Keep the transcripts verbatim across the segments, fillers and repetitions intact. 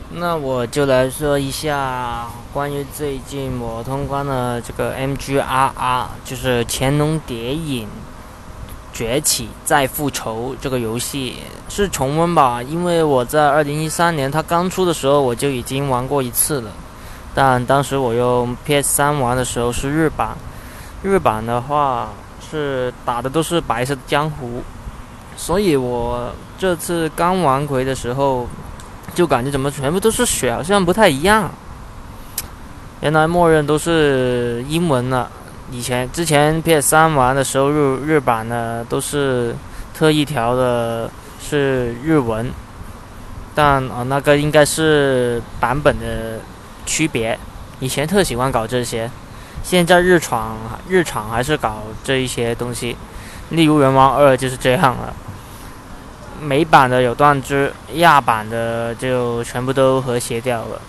那我就来说一下关于最近我通关的这个 M G R R，就是《潜龙谍影：崛起再复仇》这个游戏是重温吧，因为我在二零一三年它刚出的时候我就已经玩过一次了，但当时我用 P S 三 玩的时候是日版，日版的话是打的都是白色的江湖，所以我这次刚玩回的时候。就感觉怎么全部都是血，好像不太一样。原来默认都是英文了。以前之前 P S 三 玩的时候，日日版呢都是特意调的是日文，但啊、哦、那个应该是版本的区别。以前特喜欢搞这些，现在日厂日厂还是搞这一些东西。例如《人王二》就是这样了。美版的有断肢，亚版的就全部都和谐掉了。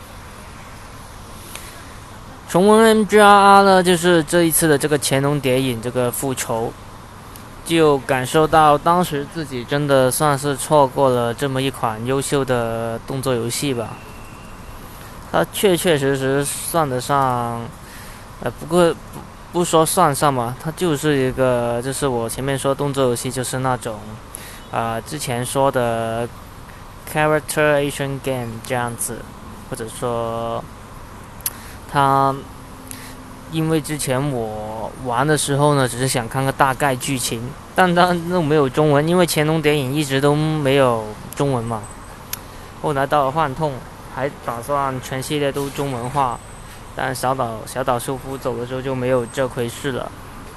重温 M G R R 呢，就是这一次的这个《潜龙谍影》这个复仇，就感受到当时自己真的算是错过了这么一款优秀的动作游戏吧。它确确实实算得上，呃，不过不不说算上嘛，它就是一个，就是我前面说动作游戏就是那种。啊、呃，之前说的 characterization game 这样子，或者说，它因为之前我玩的时候呢，只是想看个大概剧情，但它都没有中文，因为《潜龙谍影》一直都没有中文嘛。后来到了幻痛，还打算全系列都中文化，但小岛小岛秀夫走的时候就没有这回事了。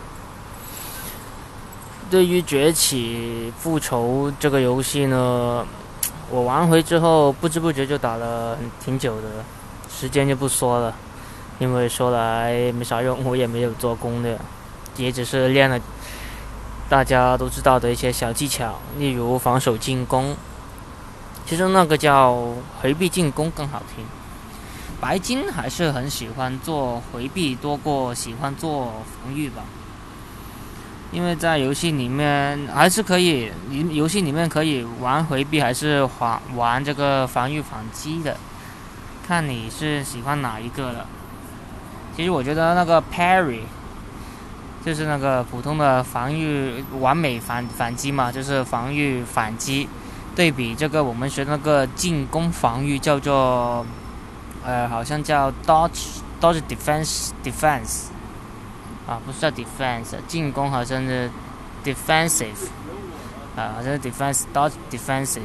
对于崛起复仇这个游戏呢，我玩回之后不知不觉就打了挺久的，时间就不说了，因为说来没啥用，我也没有做攻略，也只是练了大家都知道的一些小技巧，例如防守进攻。其实那个叫回避进攻更好听。白金还是很喜欢做回避多过喜欢做防御吧。因为在游戏里面还是可以，游戏里面可以玩回避还是玩这个防御反击的，看你是喜欢哪一个了。其实我觉得那个 parry 就是那个普通的防御完美反反击嘛，就是防御反击，对比这个我们学那个进攻防御叫做呃好像叫 dodge dodge defense defense。啊，不是叫 defense， 进攻好像是 defensive， 啊，好像是 defense dodge defensive，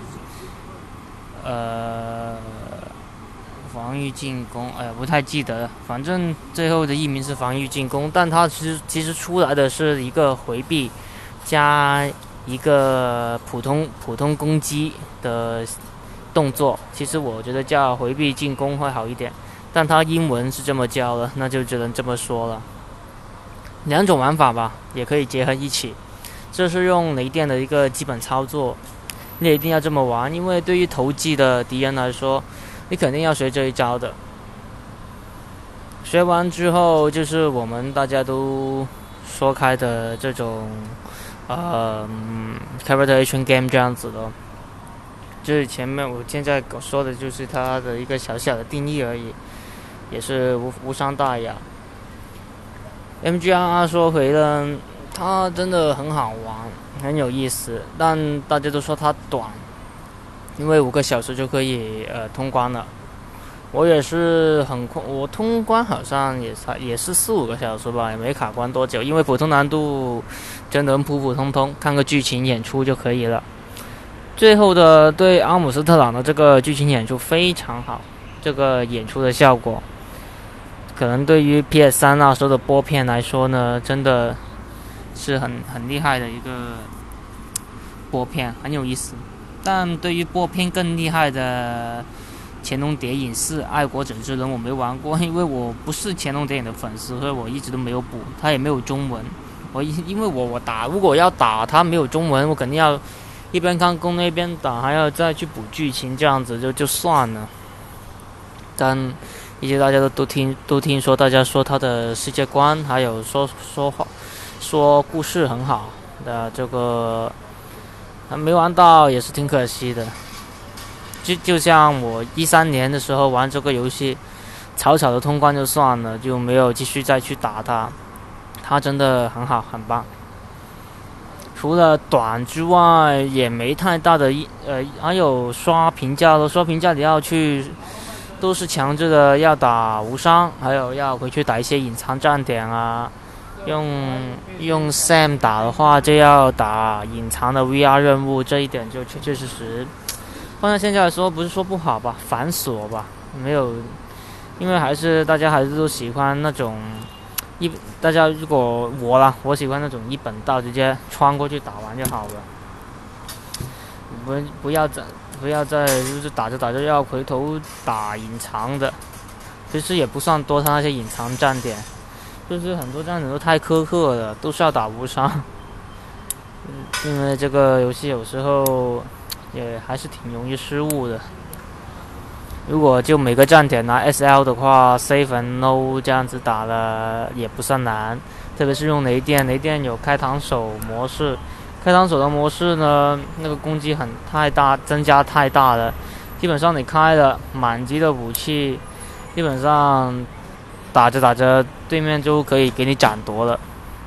呃，防御进攻，哎呀，不太记得了，反正最后的译名是防御进攻，但它其实其实出来的是一个回避加一个普通普通攻击的动作，其实我觉得叫回避进攻会好一点，但它英文是这么教的，那就只能这么说了。两种玩法吧，也可以结合一起。这是用雷电的一个基本操作，你也一定要这么玩，因为对于投技的敌人来说，你肯定要学这一招的。学完之后，就是我们大家都说开的这种呃、嗯、characterization game 这样子的。就是前面我现在说的就是它的一个小小的定义而已，也是无无伤大雅。M G R R 说回了，它真的很好玩，很有意思，但大家都说它短，因为五个小时就可以呃通关了。我也是很快，我通关好像也才也是四五个小时吧，也没卡关多久，因为普通难度真的普普通通，看个剧情演出就可以了。最后的对阿姆斯特朗的这个剧情演出非常好，这个演出的效果。可能对于 P S 三 那时候的播片来说呢，真的是很很厉害的一个播片，很有意思。但对于播片更厉害的《潜龙谍影四：爱国者之人》，我没玩过，因为我不是《潜龙谍影》的粉丝，所以我一直都没有补，它也没有中文。我因为我我打，如果要打它没有中文，我肯定要一边看攻略一边打，还要再去补剧情，这样子就就算了。但一些大家都都听都听说，大家说他的世界观还有说说话说故事很好的这个，还没玩到也是挺可惜的。 就就像我一三年的时候玩这个游戏，草草的通关就算了，就没有继续再去打它。它真的很好，很棒。除了短之外，也没太大的一呃，还有刷评价了。刷评价你要去，都是强制的要打无伤，还有要回去打一些隐藏站点啊。用用 Sam 打的话，就要打隐藏的 V R 任务，这一点就确确实实，放在现在来说，不是说不好吧，繁琐吧，没有，因为还是大家还是都喜欢那种。一大家如果我啦，我喜欢那种一本道直接穿过去打完就好了，不不要再不要再就是打着打着要回头打隐藏的，其实也不算多，他那些隐藏站点，就是很多站点都太苛刻了，都是要打无伤。因为这个游戏有时候也还是挺容易失误的。如果就每个站点拿 S L 的话 ，Save and No 这样子打了也不算难，特别是用雷电，雷电有开膛手模式，开膛手的模式呢，那个攻击很太大，增加太大了，基本上你开了满级的武器，基本上打着打着对面就可以给你斩夺了。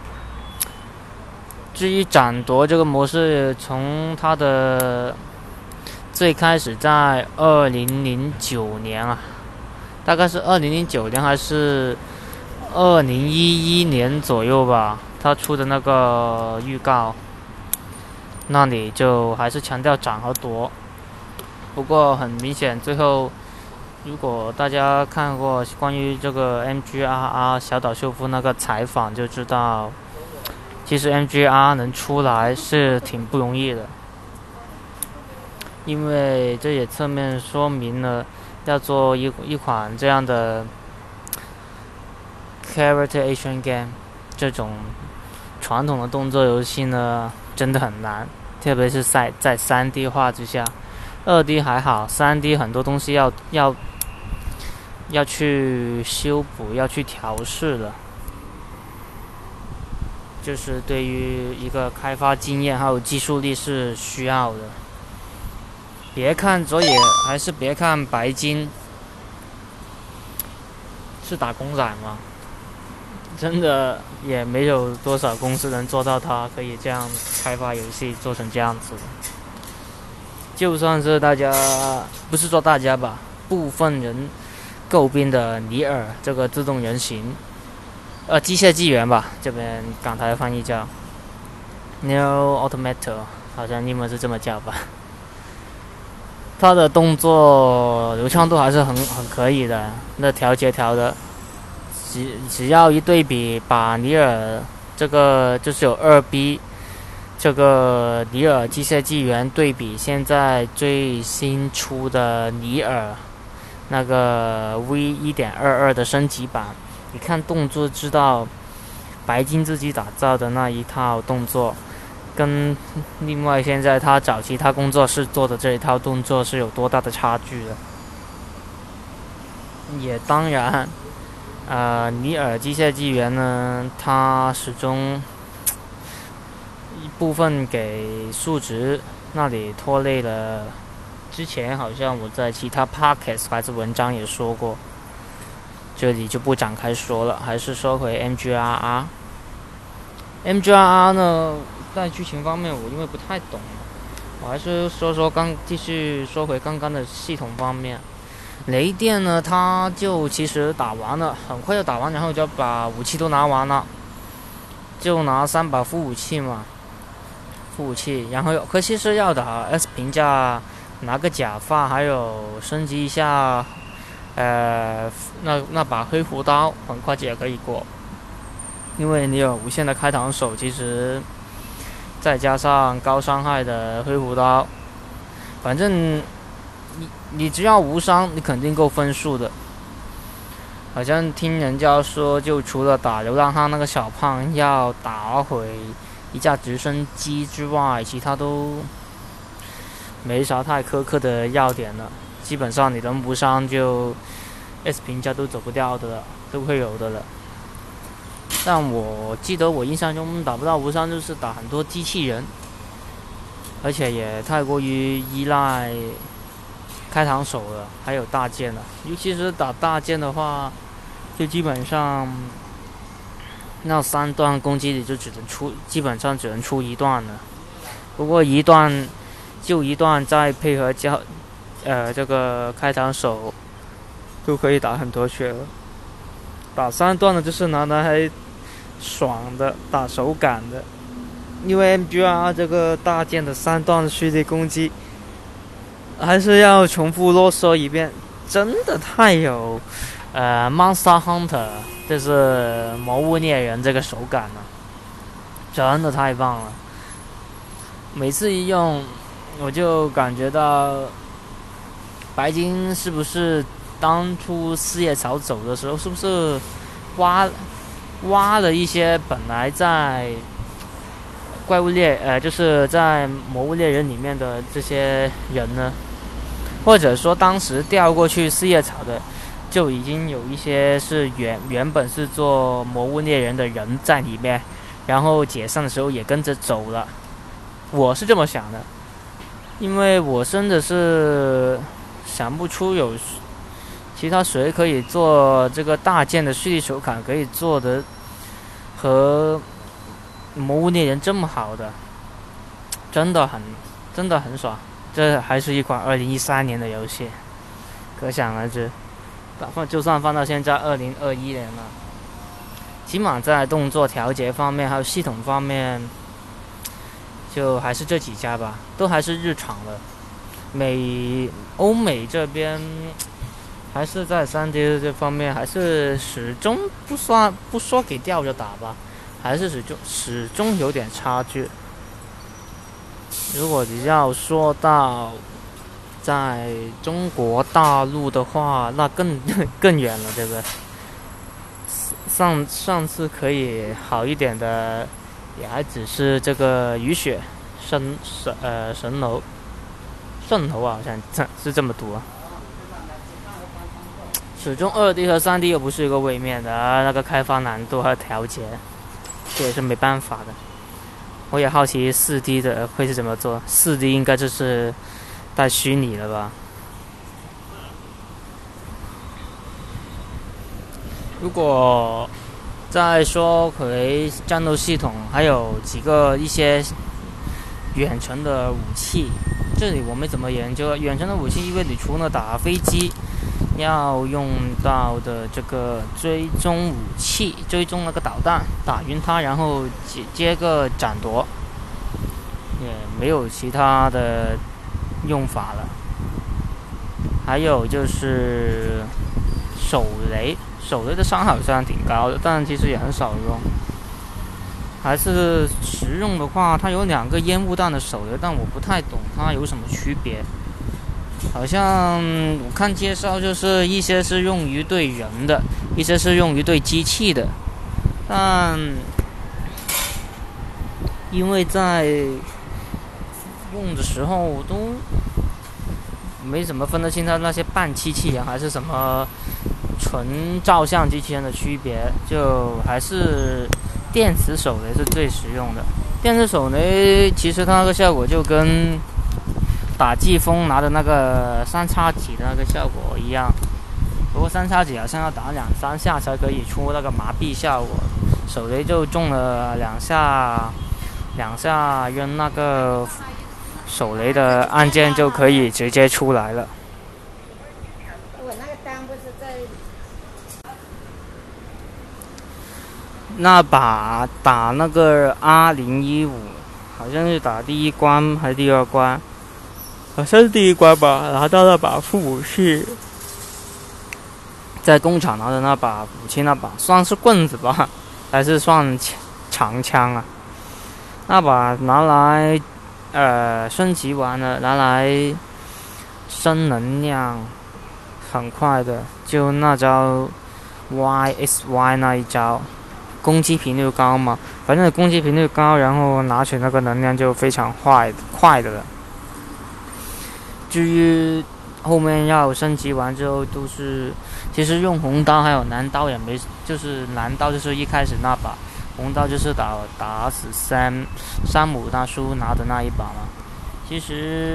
至于斩夺这个模式，从它的最开始在二零零九年啊，大概是二零零九年还是二零一一年左右吧，他出的那个预告，那里就还是强调斩和夺。不过很明显，最后如果大家看过关于这个 M G R R 小岛秀夫那个采访，就知道，其实 M G R 能出来是挺不容易的。因为这也侧面说明了，要做一一款这样的 character action game 这种传统的动作游戏呢，真的很难，特别是在在 三 D 画之下。二 D 还好， 三 D 很多东西要要要去修补，要去调试了，就是对于一个开发经验还有技术力是需要的。别看佐野，还是别看白金，是打工仔吗？真的也没有多少公司能做到它可以这样开发游戏做成这样子的。就算是大家，不是说大家吧，部分人诟病的尼尔这个自动人形，呃，机械纪元吧，这边港台翻译叫 Neo Automata， 好像英文是这么叫吧。他的动作流畅度还是很很可以的，那调节调的，只只要一对比，把尼尔这个就是有二 B 这个尼尔机械纪元对比现在最新出的尼尔那个 V 一点二二 的升级版，你看动作知道白金自己打造的那一套动作。跟另外现在他早期他工作室做的这一套动作是有多大的差距的？也当然，呃，尼尔机械纪元呢，它始终一部分给数值那里拖累了。之前好像我在其他 podcast 还是文章也说过，这里就不展开说了，还是说回 M G R R。M G R R 呢？在剧情方面，我因为不太懂，我还是说说刚继续说回刚刚的系统方面。雷电呢，它就其实打完了，很快就打完，然后就把武器都拿完了，就拿三把副武器嘛，副武器，然后可惜是要打 S 评价，拿个假发，还有升级一下，呃，那那把黑狐刀，很快就也可以过，因为你有无限的开膛手，其实。再加上高伤害的黑狐刀，反正你你只要无伤，你肯定够分数的。好像听人家说，就除了打流浪汉那个小胖要打回一架直升机之外，其他都没啥太苛刻的要点了。基本上你能无伤就 S 评价都走不掉的了，都会有的了。但我记得我印象中打不到无伤就是打很多机器人，而且也太过于依赖开膛手的，还有大剑的。尤其是打大剑的话，就基本上那三段攻击里就只能出，基本上只能出一段了。不过一段就一段，再配合交呃这个开膛手，就可以打很多血了。打三段的就是拿来爽的，打手感的。因为 M G R 这个大剑的三段蓄力攻击，还是要重复啰嗦一遍，真的太有呃 Monster Hunter 就是魔物猎人这个手感了，真的太棒了。每次一用，我就感觉到白金是不是当初四叶草走的时候，是不是挖挖了一些本来在怪物猎呃，就是在魔物猎人里面的这些人呢？或者说当时调过去四叶草的，就已经有一些是原原本是做魔物猎人的人在里面，然后解散的时候也跟着走了。我是这么想的，因为我真的是想不出有其他谁可以做这个大剑的蓄力手感，可以做的和魔物猎人这么好的，真的很真的很爽。这还是一款二零一三年的游戏，可想而知。放就算放到现在二零二一年了，起码在动作调节方面还有系统方面，就还是这几家吧，都还是日常的。美欧美这边还是在 三 D 这方面，还是始终不算不说给吊着打吧，还是始终始终有点差距。如果你要说到在中国大陆的话，那更更远了，对不对？上上次可以好一点的，也还只是这个雨雪神神呃神楼圣楼啊，好像是这么读啊。始终二 D 和三 D 又不是一个位面的，那个开发难度和调节，这也是没办法的。我也好奇四 D 的会是怎么做，四 D 应该就是带虚拟了吧？如果再说回战斗系统，还有几个一些远程的武器，这里我没怎么研究。远程的武器，因为你除了打飞机要用到的这个追踪武器，追踪那个导弹，打晕它，然后接接个斩夺，也没有其他的用法了。还有就是手雷，手雷的伤害好像挺高的，但其实也很少用。还是实用的话，它有两个烟雾弹的手雷，但我不太懂它有什么区别。好像我看介绍，就是一些是用于对人的，一些是用于对机器的。但因为在用的时候都没怎么分得清它那些半机器人还是什么纯照相机器人的区别，就还是电磁手雷是最实用的。电磁手雷其实它那个效果就跟打季风拿的那个三叉戟的那个效果一样，不过三叉戟好像要打两三下才可以出那个麻痹效果，手雷就中了两下，两下扔那个手雷的按键就可以直接出来了。 我那个单不是在那把打那个 R 零一五，好像是打第一关还是第二关？好像是第一关吧，拿到那把副武器，在工厂拿的那把武器，那把算是棍子吧，还是算长枪啊？那把拿来呃升级完了，拿来升能量，很快的，就那招 Y S Y 那一招，攻击频率高嘛，反正攻击频率高，然后拿取那个能量就非常快快的了。至于后面要升级完之后，都是其实用红刀还有蓝刀也没，就是蓝刀就是一开始那把，红刀就是打打死山山姆大叔拿的那一把嘛。其实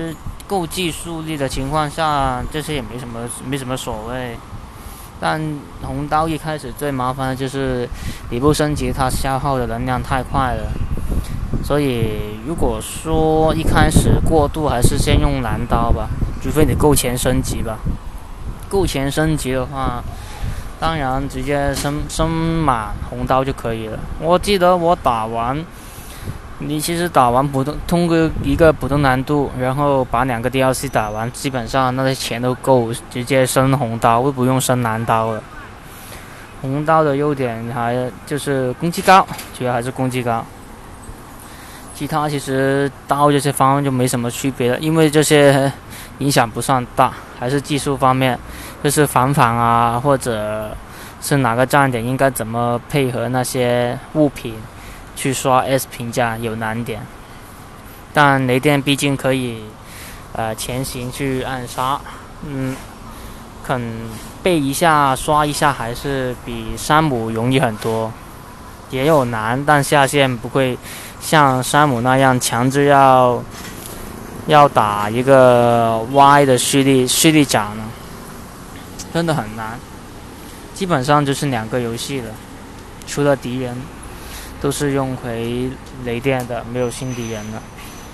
够技术力的情况下，这些也没什么没什么所谓。但红刀一开始最麻烦的就是你不升级，它消耗的能量太快了。所以如果说一开始过渡，还是先用蓝刀吧，除非你够钱升级吧。够钱升级的话，当然直接升升满红刀就可以了。我记得我打完，你其实打完普通通过一个普通难度，然后把两个 D L C 打完，基本上那些钱都够直接升红刀，就不用升蓝刀了。红刀的优点还就是攻击高，主要还是攻击高。其他其实刀这些方面就没什么区别了，因为这些影响不算大，还是技术方面，就是反反啊，或者是哪个站点应该怎么配合那些物品去刷 S 评价有难点。但雷电毕竟可以呃前行去暗杀，嗯，肯背一下刷一下还是比山姆容易很多，也有难，但下限不会像山姆那样强制要要打一个 Y 的蓄力蓄力斩呢，真的很难。基本上就是两个游戏了，除了敌人都是用回雷电的，没有新敌人了。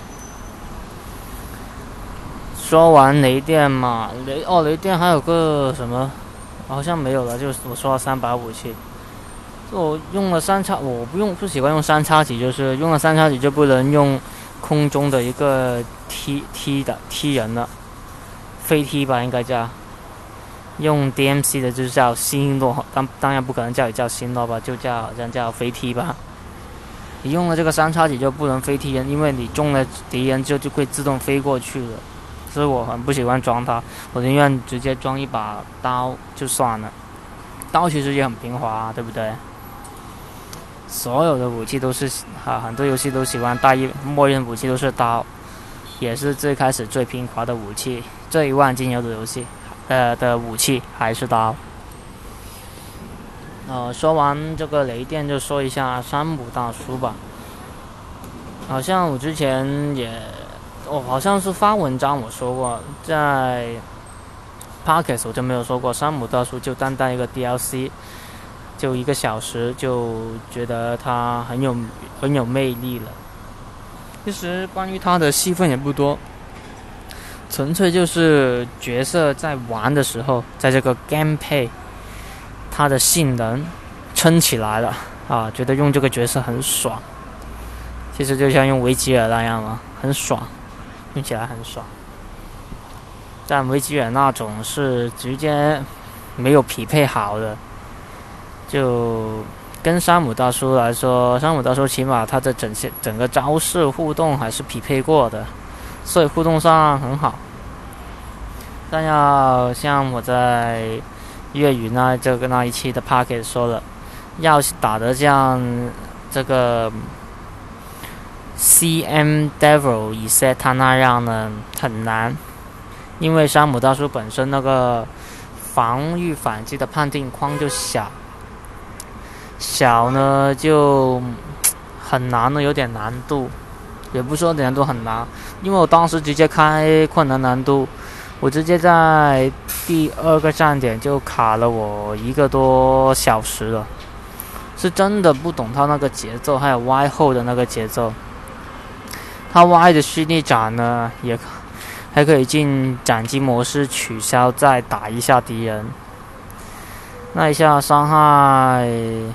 说完雷电嘛，雷哦雷电还有个什么，好像没有了，就是我说了三把武器。我用了三叉，我不用不喜欢用三叉戟，就是用了三叉戟就不能用空中的一个踢踢的踢人了，飞踢吧应该叫。用 D M C 的就叫星落，当当然不可能叫你叫星落吧，就叫好像叫飞踢吧。你用了这个三叉戟就不能飞踢人，因为你中了敌人就就会自动飞过去了，所以我很不喜欢装它，我宁愿直接装一把刀就算了。刀其实也很平滑，对不对？所有的武器都是啊，很多游戏都喜欢带一默认武器都是刀，也是最开始最平滑的武器，最万金油的游戏，呃的武器还是刀。呃，说完这个雷电，就说一下山姆大叔吧。好像我之前也，哦，好像是发文章我说过，在 Podcast 我就没有说过，山姆大叔就单单一个 D L C。就一个小时就觉得他很有很有魅力了。其实关于他的戏份也不多，纯粹就是角色在玩的时候，在这个 gameplay 他的性能撑起来了啊，觉得用这个角色很爽。其实就像用维吉尔那样嘛，很爽，用起来很爽。但维吉尔那种是直接没有匹配好的。就跟山姆大叔来说，山姆大叔起码他的整些整个招式互动还是匹配过的，所以互动上很好。但要像我在粤语那这个那一期的 Pocket 说了，要打得像这个 C M Devil 以 set 他那样呢很难，因为山姆大叔本身那个防御反击的判定框就小。小呢就很难的，有点难度，也不说难度很难，因为我当时直接开困难难度，我直接在第二个站点就卡了我一个多小时了，是真的不懂他那个节奏，还有 Y 后的那个节奏。他 Y 的蓄力斩呢，也还可以进斩击模式取消，再打一下敌人，那一下伤害。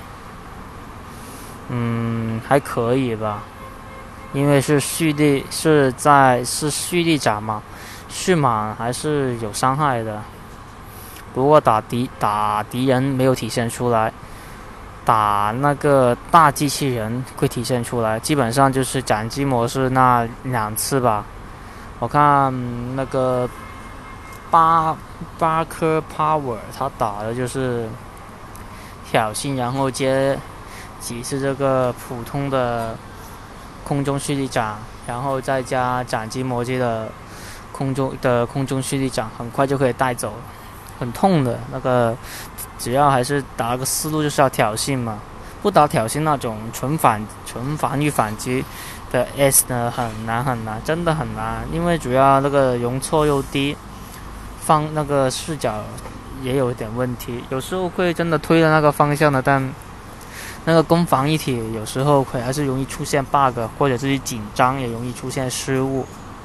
嗯，还可以吧，因为是蓄力，是在是蓄力斩嘛，蓄满还是有伤害的。不过打敌打敌人没有体现出来，打那个大机器人会体现出来。基本上就是斩击模式那两次吧。我看那个巴巴科 Power 他打的就是挑衅，然后接。几次这个普通的空中蓄力斩，然后再加斩击魔击的空中的空中蓄力斩，很快就可以带走，很痛的那个。只要还是打个思路，就是要挑衅嘛， 不打挑衅那种纯反纯防御反击的 S 呢，很难很难，真的很难，因为主要那个容错又低，放那个视角也有一点问题，有时候会真的推了那个方向的，但那个攻防一体有时候会还是容易出现 bug， 或者自己紧张也容易出现失误，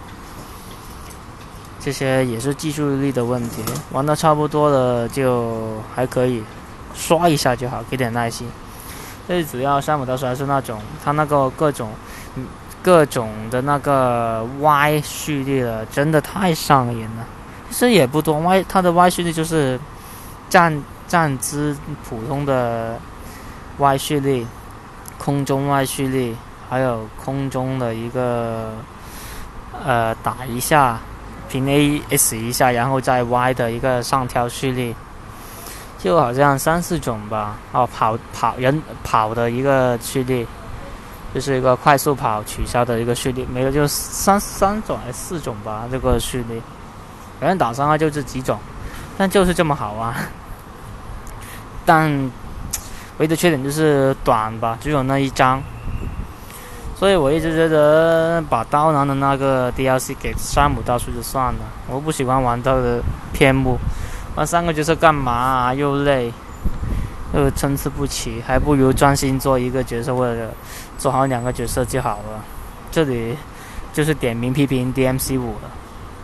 这些也是技术力的问题。玩的差不多了就还可以刷一下就好，给点耐心。最主要山姆大叔还是那种他那个各种各种的那个 Y 序列了，真的太上瘾了。其实也不多 Y， 他的 Y 序列就是站站姿普通的 Y 序列，空中 Y 序列，还有空中的一个呃打一下平 A S 一下，然后再 Y 的一个上跳序列。就好像三四种吧，哦，跑跑人跑的一个序列，就是一个快速跑取消的一个序列，没有就三三种还是四种吧，这个序列，反正打伤害就这几种，但就是这么好玩。但唯一的缺点就是短吧，只有那一张，所以我一直觉得把刀郎的那个 D L C 给山姆大叔就算了，我不喜欢玩到的篇目。玩三个角色干嘛啊？又累，又参差不齐，还不如专心做一个角色或者做好两个角色就好了。这里就是点名批评 D M C 五了。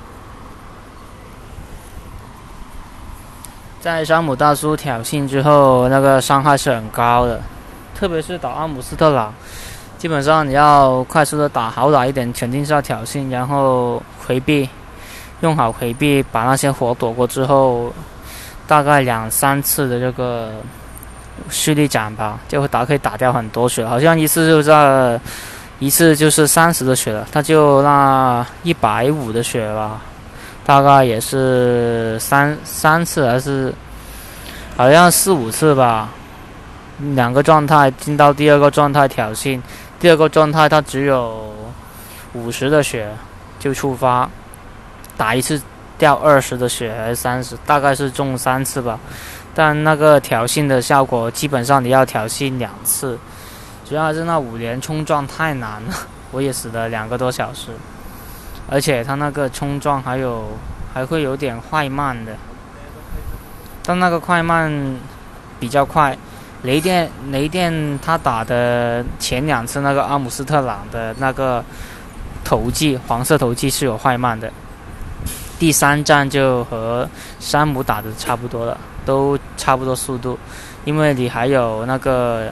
在山姆大叔挑衅之后，那个伤害是很高的，特别是打阿姆斯特朗，基本上你要快速的打好打一点，肯定是要挑衅，然后回避。用好回避，把那些火躲过之后，大概两三次的这个蓄力斩吧，就会打可以打掉很多血，好像一次就在一次就是三十的血了，他就那一百五的血吧，大概也是三三次还是好像四五次吧，两个状态进到第二个状态挑衅，第二个状态他只有五十的血就触发。打一次掉二十的血还是三十，大概是中三次吧。但那个挑衅的效果，基本上你要挑衅两次。主要还是那五连冲撞太难了，我也死了两个多小时。而且他那个冲撞还有还会有点快慢的，但那个快慢比较快。雷电雷电他打的前两次那个阿姆斯特朗的那个投技，黄色投技是有快慢的。第三站就和山姆打的差不多了，都差不多速度，因为你还有那个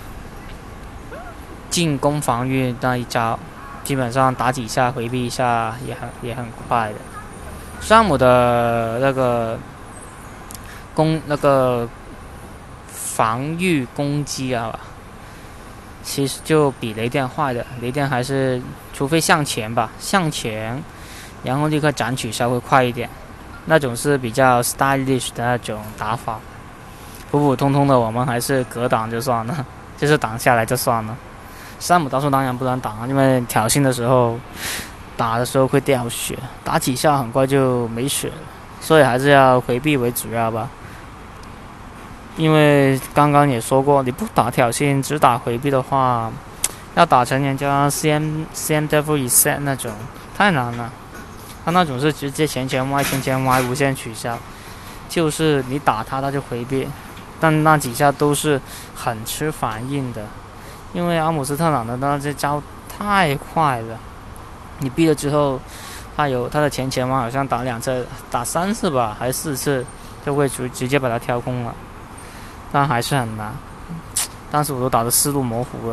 进攻防御那一招，基本上打几下回避一下也很也很快的。山姆的那个攻那个防御攻击啊，其实就比雷电坏的，雷电还是除非向前吧，向前。然后立刻斩取稍微快一点，那种是比较 stylish 的那种打法。普普通通的我们还是格挡就算了，就是挡下来就算了。山姆大叔当然不能挡，因为挑衅的时候打的时候会掉血，打几下很快就没血了，所以还是要回避为主要吧。因为刚刚也说过，你不打挑衅只打回避的话，要打成人家 C M C M Devil Reset 那种太难了。他那种是直接前前 Y 前前 Y 无限取消，就是你打他他就回避，但那几下都是很吃反应的，因为阿姆斯特朗的那些招太快了，你避了之后，他有他的前前 Y 好像打两次，打三次吧还是四次，就会直直接把他挑空了，但还是很难，当时我都打得思路模糊了。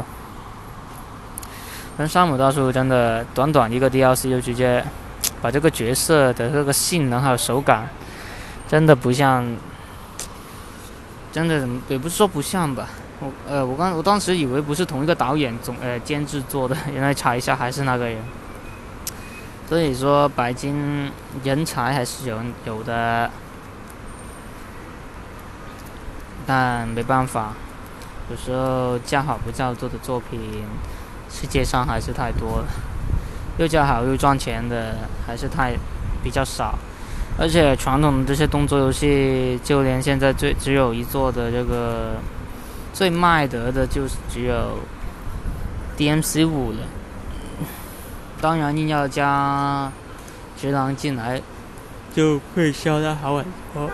跟山姆大叔真的短短一个 D L C 就直接把这个角色的这个性能还有手感，真的不像，真的也不是说不像吧。我呃，我刚我当时以为不是同一个导演总呃监制做的，原来查一下还是那个人。所以说白金人才还是有有的，但没办法，有时候叫好不叫座的作品，世界上还是太多了。又叫好又赚钱的还是太比较少，而且传统的这些动作游戏，就连现在最只有一座的这个最卖得的就是只有 D M C 五了。当然，硬要加直狼进来，就会销量好很多。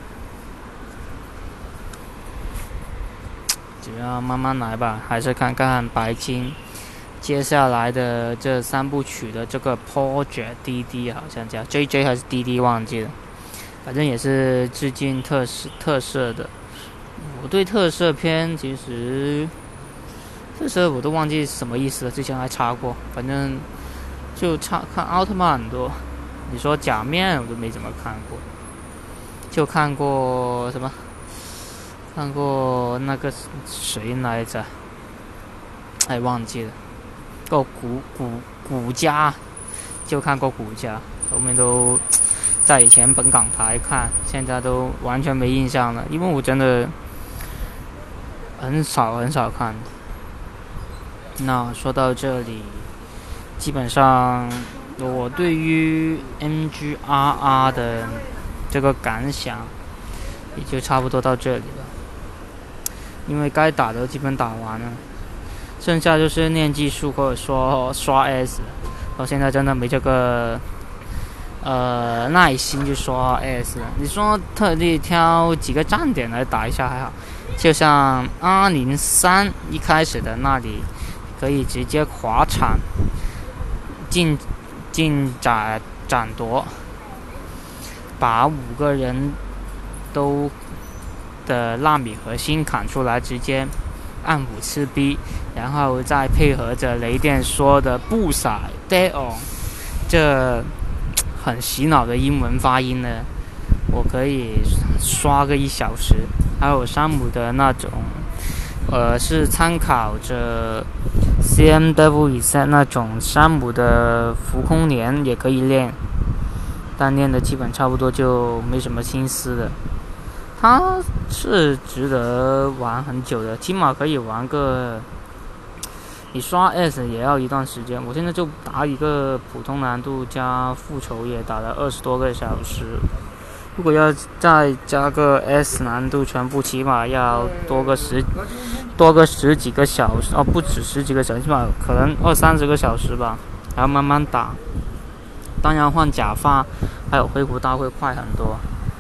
只要慢慢来吧，还是看看白金接下来的这三部曲的这个 Project D D 好像叫 J J 还是 D D 忘记了，反正也是致敬特色特色的。我对特色片其实特色我都忘记什么意思了，之前还查过，反正就查看奥特曼很多。你说假面我都没怎么看过，就看过什么？看过那个谁来着？哎，忘记了。哦，古古古家，就看过古家，后面都在以前本港台看，现在都完全没印象了，因为我真的很少很少看。那说到这里，基本上我对于 M G R R 的这个感想也就差不多到这里了，因为该打的基本打完了，剩下就是练技术或者说刷 S， 我现在真的没这个呃耐心去刷 S 了。你说特地挑几个站点来打一下还好，就像 R 零三 一开始的那里可以直接滑铲进进斩斩夺，把五个人都的纳米核心砍出来，直接按五吃 B， 然后再配合着雷电说的不闪 dead on 这很洗脑的英文发音呢，我可以刷个一小时。还有山姆的那种呃是参考着 C M W Z 那种山姆的浮空连也可以练，但练的基本差不多就没什么心思了。它是值得玩很久的，起码可以玩个，你刷 S 也要一段时间。我现在就打一个普通难度加复仇也打了二十多个小时，如果要再加个 S 难度，全部起码要多个十多个十几个小时，哦，不止十几个小时，起码可能二三十个小时吧，然后慢慢打。当然换假发还有恢复刀会快很多。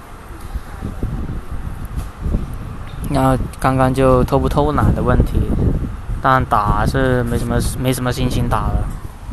然后刚刚就偷不偷懒的问题，但打是没什么没什么心情打了。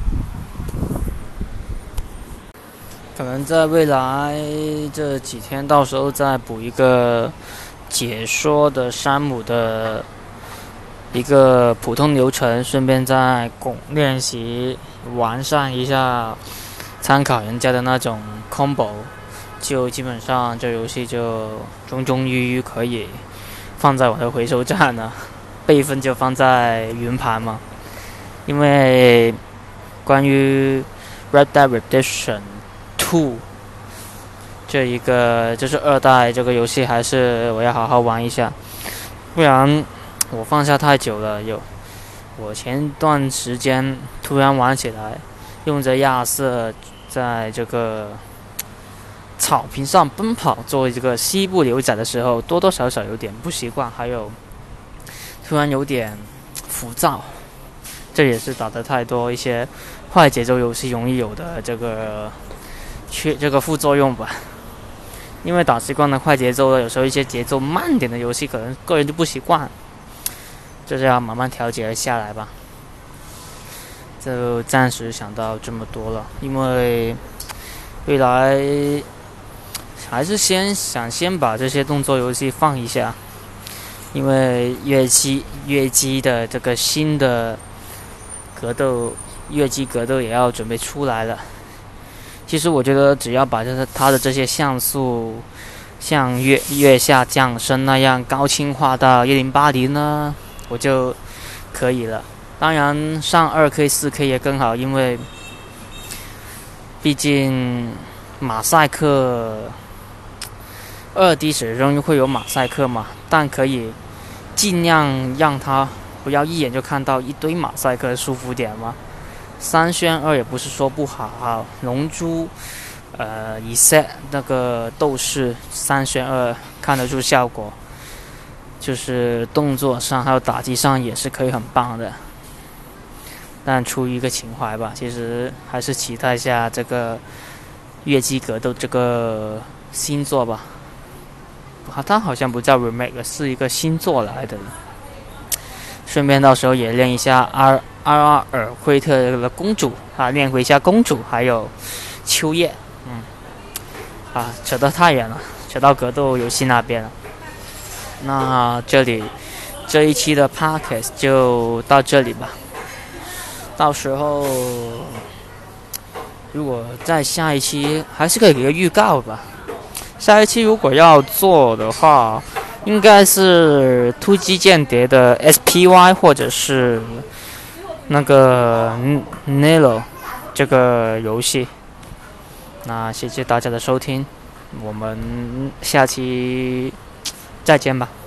可能在未来这几天，到时候再补一个解说的山姆的一个普通流程，顺便再拱练习完善一下，参考人家的那种 combo， 就基本上这游戏就终终于于可以放在我的回收站了，备份就放在云盘嘛。因为关于 Red Dead Redemption 二这一个就是二代这个游戏，还是我要好好玩一下，不然我放下太久了。有我前段时间突然玩起来，用着亚瑟在这个草坪上奔跑，作为这个西部牛仔的时候，多多少少有点不习惯，还有突然有点浮躁，这也是打得太多一些快节奏游戏容易有的这个缺这个副作用吧。因为打习惯了快节奏了，有时候一些节奏慢点的游戏，可能个人就不习惯，就是要慢慢调节下来吧。就暂时想到这么多了，因为未来还是先想先把这些动作游戏放一下，因为月姬月姬的这个新的格斗月姬格斗也要准备出来了。其实我觉得只要把这它的这些像素像月月下降生那样高清化到一零八零呢，我就可以了。当然上 二 K 四 K 也更好，因为毕竟马赛克二 D 始终会有马赛克嘛，但可以尽量让它不要一眼就看到一堆马赛克，舒服点嘛。三选二也不是说不好，龙珠呃一 set 那个斗士三选二看得出效果， 就是动作上还有打击上也是可以很棒的。但出于一个情怀吧，其实还是期待一下这个月姬格斗这个新作吧。它好像不叫 remake， 是一个新作来的。顺便到时候也练一下阿阿阿尔惠特的公主啊，练回一下公主，还有秋叶。嗯，啊，扯得太远了，扯到格斗游戏那边了。那这里这一期的 podcast 就到这里吧。到时候如果在下一期还是可以给个预告吧。下一期如果要做的话，应该是突击间谍的 S P Y 或者是那个 Nelo 这个游戏。那谢谢大家的收听，我们下期再见吧。